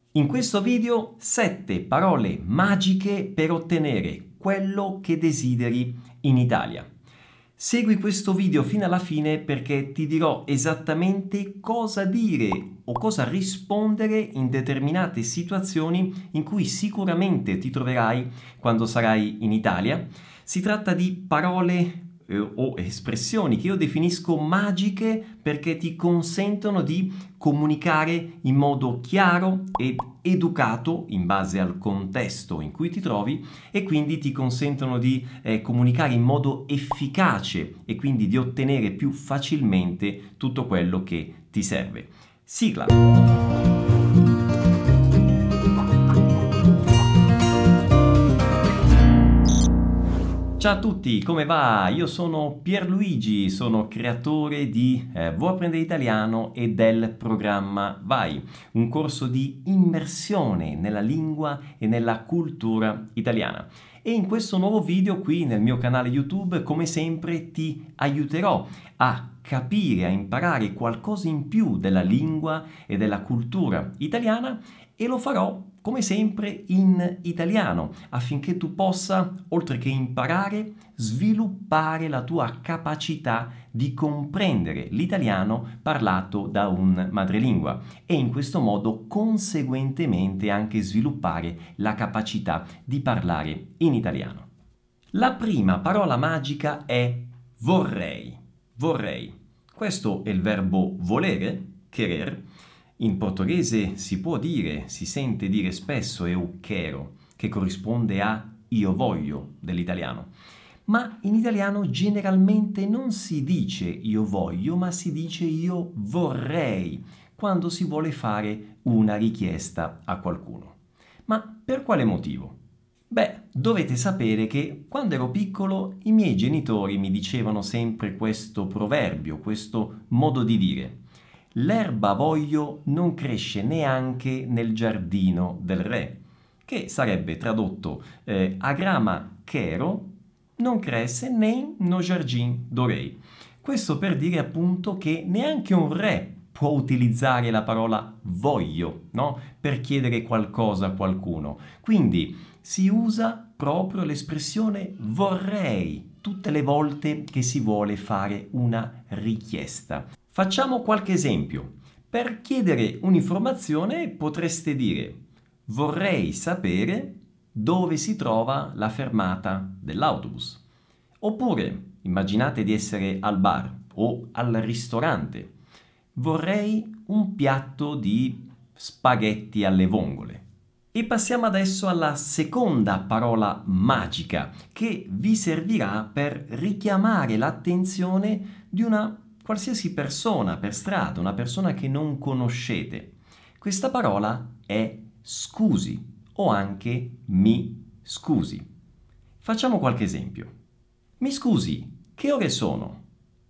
In questo video 7 parole magiche per ottenere quello che desideri in Italia. Segui questo video fino alla fine perché ti dirò esattamente cosa dire o cosa rispondere in determinate situazioni in cui sicuramente ti troverai quando sarai in Italia. Si tratta di parole o espressioni che io definisco magiche perché ti consentono di comunicare in modo chiaro ed educato in base al contesto in cui ti trovi e quindi ti consentono di comunicare in modo efficace e quindi di ottenere più facilmente tutto quello che ti serve. Sigla! Ciao a tutti, come va? Io sono Pierluigi, sono creatore di Vuoi apprendere italiano e del programma Vai, un corso di immersione nella lingua e nella cultura italiana. E in questo nuovo video qui nel mio canale YouTube, come sempre, ti aiuterò a capire, a imparare qualcosa in più della lingua e della cultura italiana e lo farò come sempre in italiano affinché tu possa, oltre che imparare, sviluppare la tua capacità di comprendere l'italiano parlato da un madrelingua e in questo modo conseguentemente anche sviluppare la capacità di parlare in italiano. La prima parola magica è vorrei. Vorrei. Questo è il verbo volere, querer. In portoghese si può dire, si sente dire spesso eu quero, che corrisponde a io voglio dell'italiano. Ma in italiano generalmente non si dice io voglio, ma si dice io vorrei, quando si vuole fare una richiesta a qualcuno. Ma per quale motivo? Beh, dovete sapere che quando ero piccolo i miei genitori mi dicevano sempre questo proverbio, questo modo di dire. L'erba voglio non cresce neanche nel giardino del re, che sarebbe tradotto a grama quero non cresce nem no jardim do rei. Questo per dire appunto che neanche un re può utilizzare la parola voglio, no? Per chiedere qualcosa a qualcuno. Quindi si usa proprio l'espressione vorrei tutte le volte che si vuole fare una richiesta. Facciamo qualche esempio. Per chiedere un'informazione potreste dire vorrei sapere dove si trova la fermata dell'autobus. Oppure immaginate di essere al bar o al ristorante. Vorrei un piatto di spaghetti alle vongole. E passiamo adesso alla seconda parola magica che vi servirà per richiamare l'attenzione di una qualsiasi persona per strada, una persona che non conoscete. Questa parola è scusi o anche mi scusi. Facciamo qualche esempio. Mi scusi, che ore sono?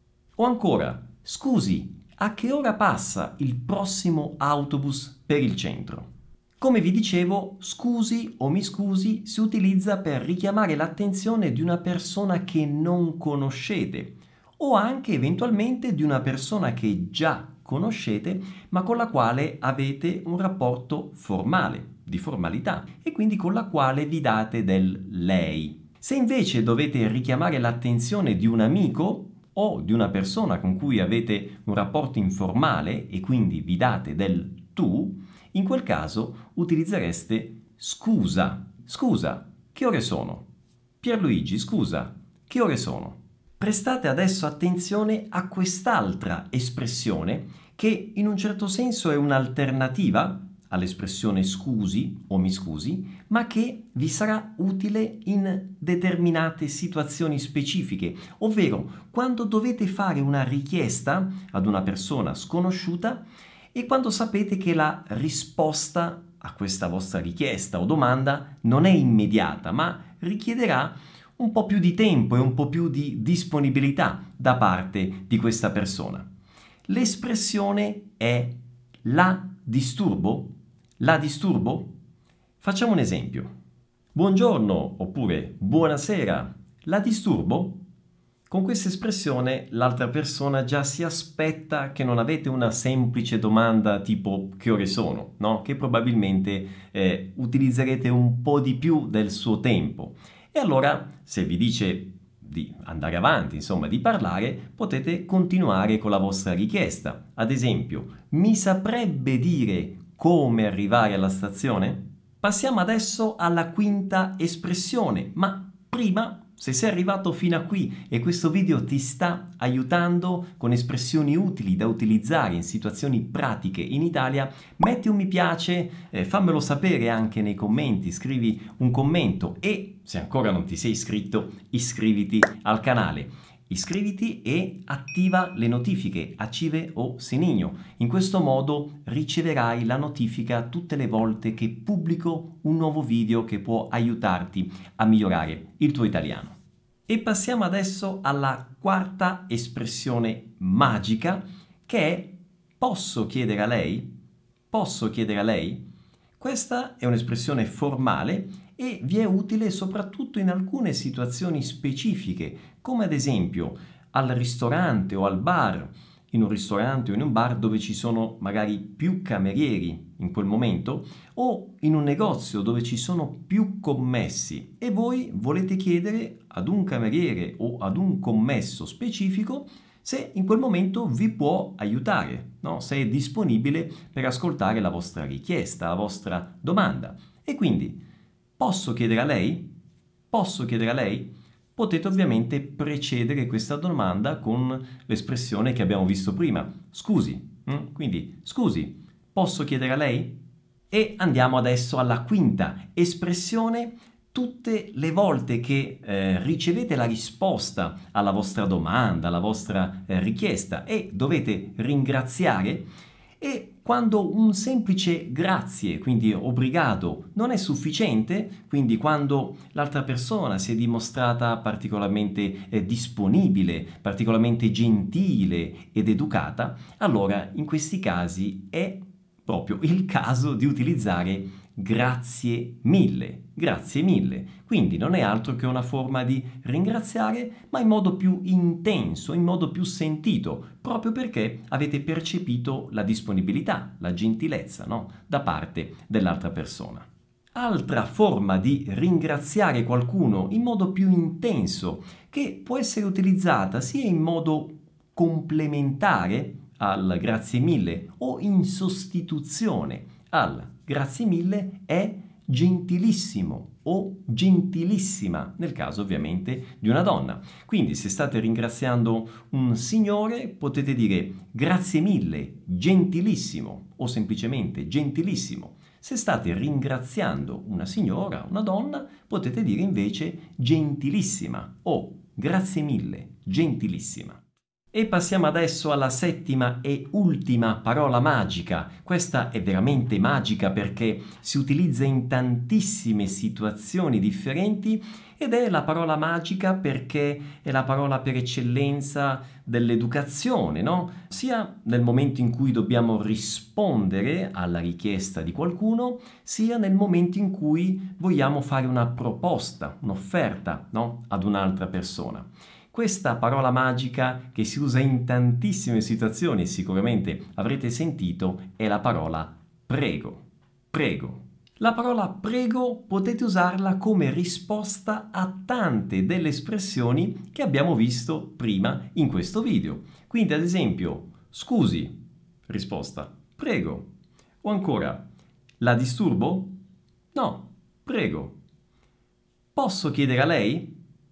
O ancora, scusi, a che ora passa il prossimo autobus per il centro? Come vi dicevo, scusi o mi scusi si utilizza per richiamare l'attenzione di una persona che non conoscete o anche eventualmente di una persona che già conoscete ma con la quale avete un rapporto formale, di formalità e quindi con la quale vi date del lei. Se invece dovete richiamare l'attenzione di un amico o di una persona con cui avete un rapporto informale e quindi vi date del tu, in quel caso utilizzereste scusa. Scusa, che ore sono? Pierluigi, scusa, che ore sono? Prestate adesso attenzione a quest'altra espressione che in un certo senso è un'alternativa all'espressione scusi o mi scusi, ma che vi sarà utile in determinate situazioni specifiche, ovvero quando dovete fare una richiesta ad una persona sconosciuta e quando sapete che la risposta a questa vostra richiesta o domanda non è immediata, ma richiederà un po' più di tempo e un po' più di disponibilità da parte di questa persona. L'espressione è la disturbo? La disturbo? Facciamo un esempio. Buongiorno oppure buonasera. La disturbo? Con questa espressione l'altra persona già si aspetta che non avete una semplice domanda tipo che ore sono, no? Che probabilmente utilizzerete un po' di più del suo tempo. E allora, se vi dice di andare avanti, insomma, di parlare, potete continuare con la vostra richiesta. Ad esempio, mi saprebbe dire come arrivare alla stazione? Passiamo adesso alla quinta espressione, ma prima, se sei arrivato fino a qui e questo video ti sta aiutando con espressioni utili da utilizzare in situazioni pratiche in Italia, metti un mi piace, fammelo sapere anche nei commenti, scrivi un commento e, se ancora non ti sei iscritto, iscriviti al canale. Iscriviti e attiva le notifiche, attive o segnino. In questo modo riceverai la notifica tutte le volte che pubblico un nuovo video che può aiutarti a migliorare il tuo italiano. E passiamo adesso alla quarta espressione magica che è posso chiedere a lei? Posso chiedere a lei? Questa è un'espressione formale e vi è utile soprattutto in alcune situazioni specifiche, come ad esempio al ristorante o al bar, in un ristorante o in un bar dove ci sono magari più camerieri in quel momento, o in un negozio dove ci sono più commessi e voi volete chiedere ad un cameriere o ad un commesso specifico se in quel momento vi può aiutare, no? Se è disponibile per ascoltare la vostra richiesta, la vostra domanda. E quindi, posso chiedere a lei? Posso chiedere a lei? Potete ovviamente precedere questa domanda con l'espressione che abbiamo visto prima, scusi. Quindi, scusi, posso chiedere a lei? E andiamo adesso alla quinta espressione. Tutte le volte che ricevete la risposta alla vostra domanda, alla vostra richiesta e dovete ringraziare, e quando un semplice grazie, quindi obrigado, non è sufficiente, quindi quando l'altra persona si è dimostrata particolarmente disponibile, particolarmente gentile ed educata, allora in questi casi è proprio il caso di utilizzare grazie mille, grazie mille. Quindi non è altro che una forma di ringraziare, ma in modo più intenso, in modo più sentito, proprio perché avete percepito la disponibilità, la gentilezza, no? Da parte dell'altra persona. Altra forma di ringraziare qualcuno in modo più intenso, che può essere utilizzata sia in modo complementare al grazie mille o in sostituzione al grazie mille, è gentilissimo o gentilissima, nel caso ovviamente di una donna. Quindi se state ringraziando un signore potete dire grazie mille, gentilissimo o semplicemente gentilissimo. Se state ringraziando una signora, una donna, potete dire invece gentilissima o grazie mille, gentilissima. E passiamo adesso alla settima e ultima parola magica. Questa è veramente magica perché si utilizza in tantissime situazioni differenti ed è la parola magica perché è la parola per eccellenza dell'educazione, no? Sia nel momento in cui dobbiamo rispondere alla richiesta di qualcuno, sia nel momento in cui vogliamo fare una proposta, un'offerta, no? Ad un'altra persona. Questa parola magica che si usa in tantissime situazioni e sicuramente avrete sentito è la parola prego. Prego. La parola prego potete usarla come risposta a tante delle espressioni che abbiamo visto prima in questo video. Quindi ad esempio, scusi, risposta, prego. O ancora, la disturbo? No, prego. Posso chiedere a lei?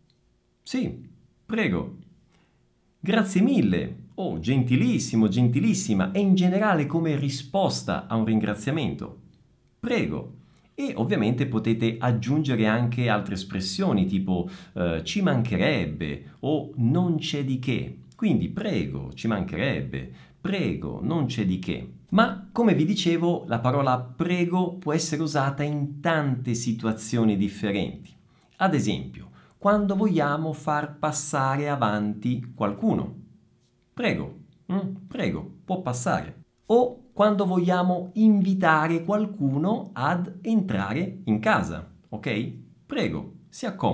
Sì. Prego. Grazie mille, oh, gentilissimo, gentilissima, e in generale come risposta a un ringraziamento. Prego. E ovviamente potete aggiungere anche altre espressioni tipo ci mancherebbe o non c'è di che. Quindi prego, ci mancherebbe, prego, non c'è di che. Ma come vi dicevo, la parola prego può essere usata in tante situazioni differenti. Ad esempio, quando vogliamo far passare avanti qualcuno. Prego, prego, può passare. O quando vogliamo invitare qualcuno ad entrare in casa, ok? Prego, si accomodi.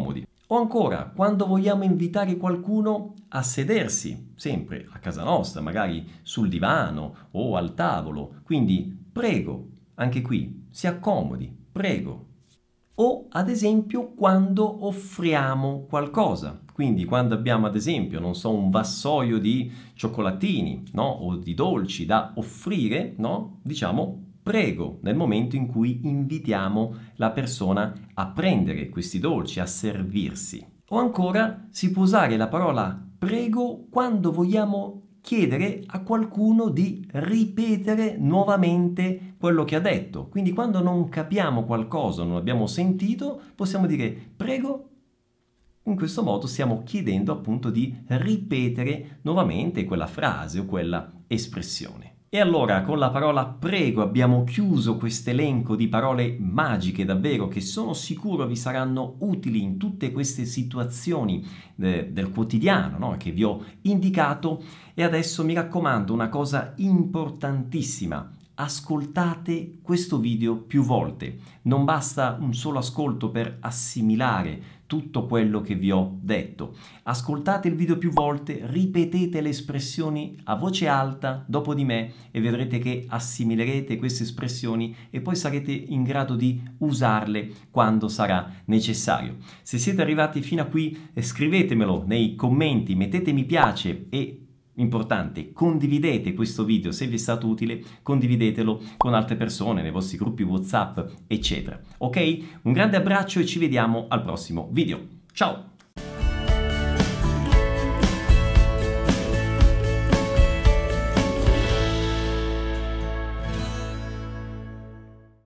O ancora, quando vogliamo invitare qualcuno a sedersi, sempre a casa nostra, magari sul divano o al tavolo. Quindi, prego, anche qui, si accomodi, prego. O ad esempio quando offriamo qualcosa. Quindi quando abbiamo ad esempio, non so, un vassoio di cioccolatini, no? O di dolci da offrire, no? Diciamo prego nel momento in cui invitiamo la persona a prendere questi dolci, a servirsi. O ancora si può usare la parola prego quando vogliamo chiedere a qualcuno di ripetere nuovamente quello che ha detto. Quindi quando non capiamo qualcosa, non abbiamo sentito, possiamo dire prego. In questo modo stiamo chiedendo appunto di ripetere nuovamente quella frase o quella espressione. E allora con la parola prego abbiamo chiuso questo elenco di parole magiche davvero che sono sicuro vi saranno utili in tutte queste situazioni del quotidiano, no? Che vi ho indicato. E adesso mi raccomando una cosa importantissima. Ascoltate questo video più volte. Non basta un solo ascolto per assimilare tutto quello che vi ho detto. Ascoltate il video più volte, ripetete le espressioni a voce alta dopo di me e vedrete che assimilerete queste espressioni e poi sarete in grado di usarle quando sarà necessario. Se siete arrivati fino a qui, scrivetemelo nei commenti, mettete mi piace e importante, condividete questo video se vi è stato utile, condividetelo con altre persone nei vostri gruppi WhatsApp, eccetera. Ok? Un grande abbraccio e ci vediamo al prossimo video. Ciao!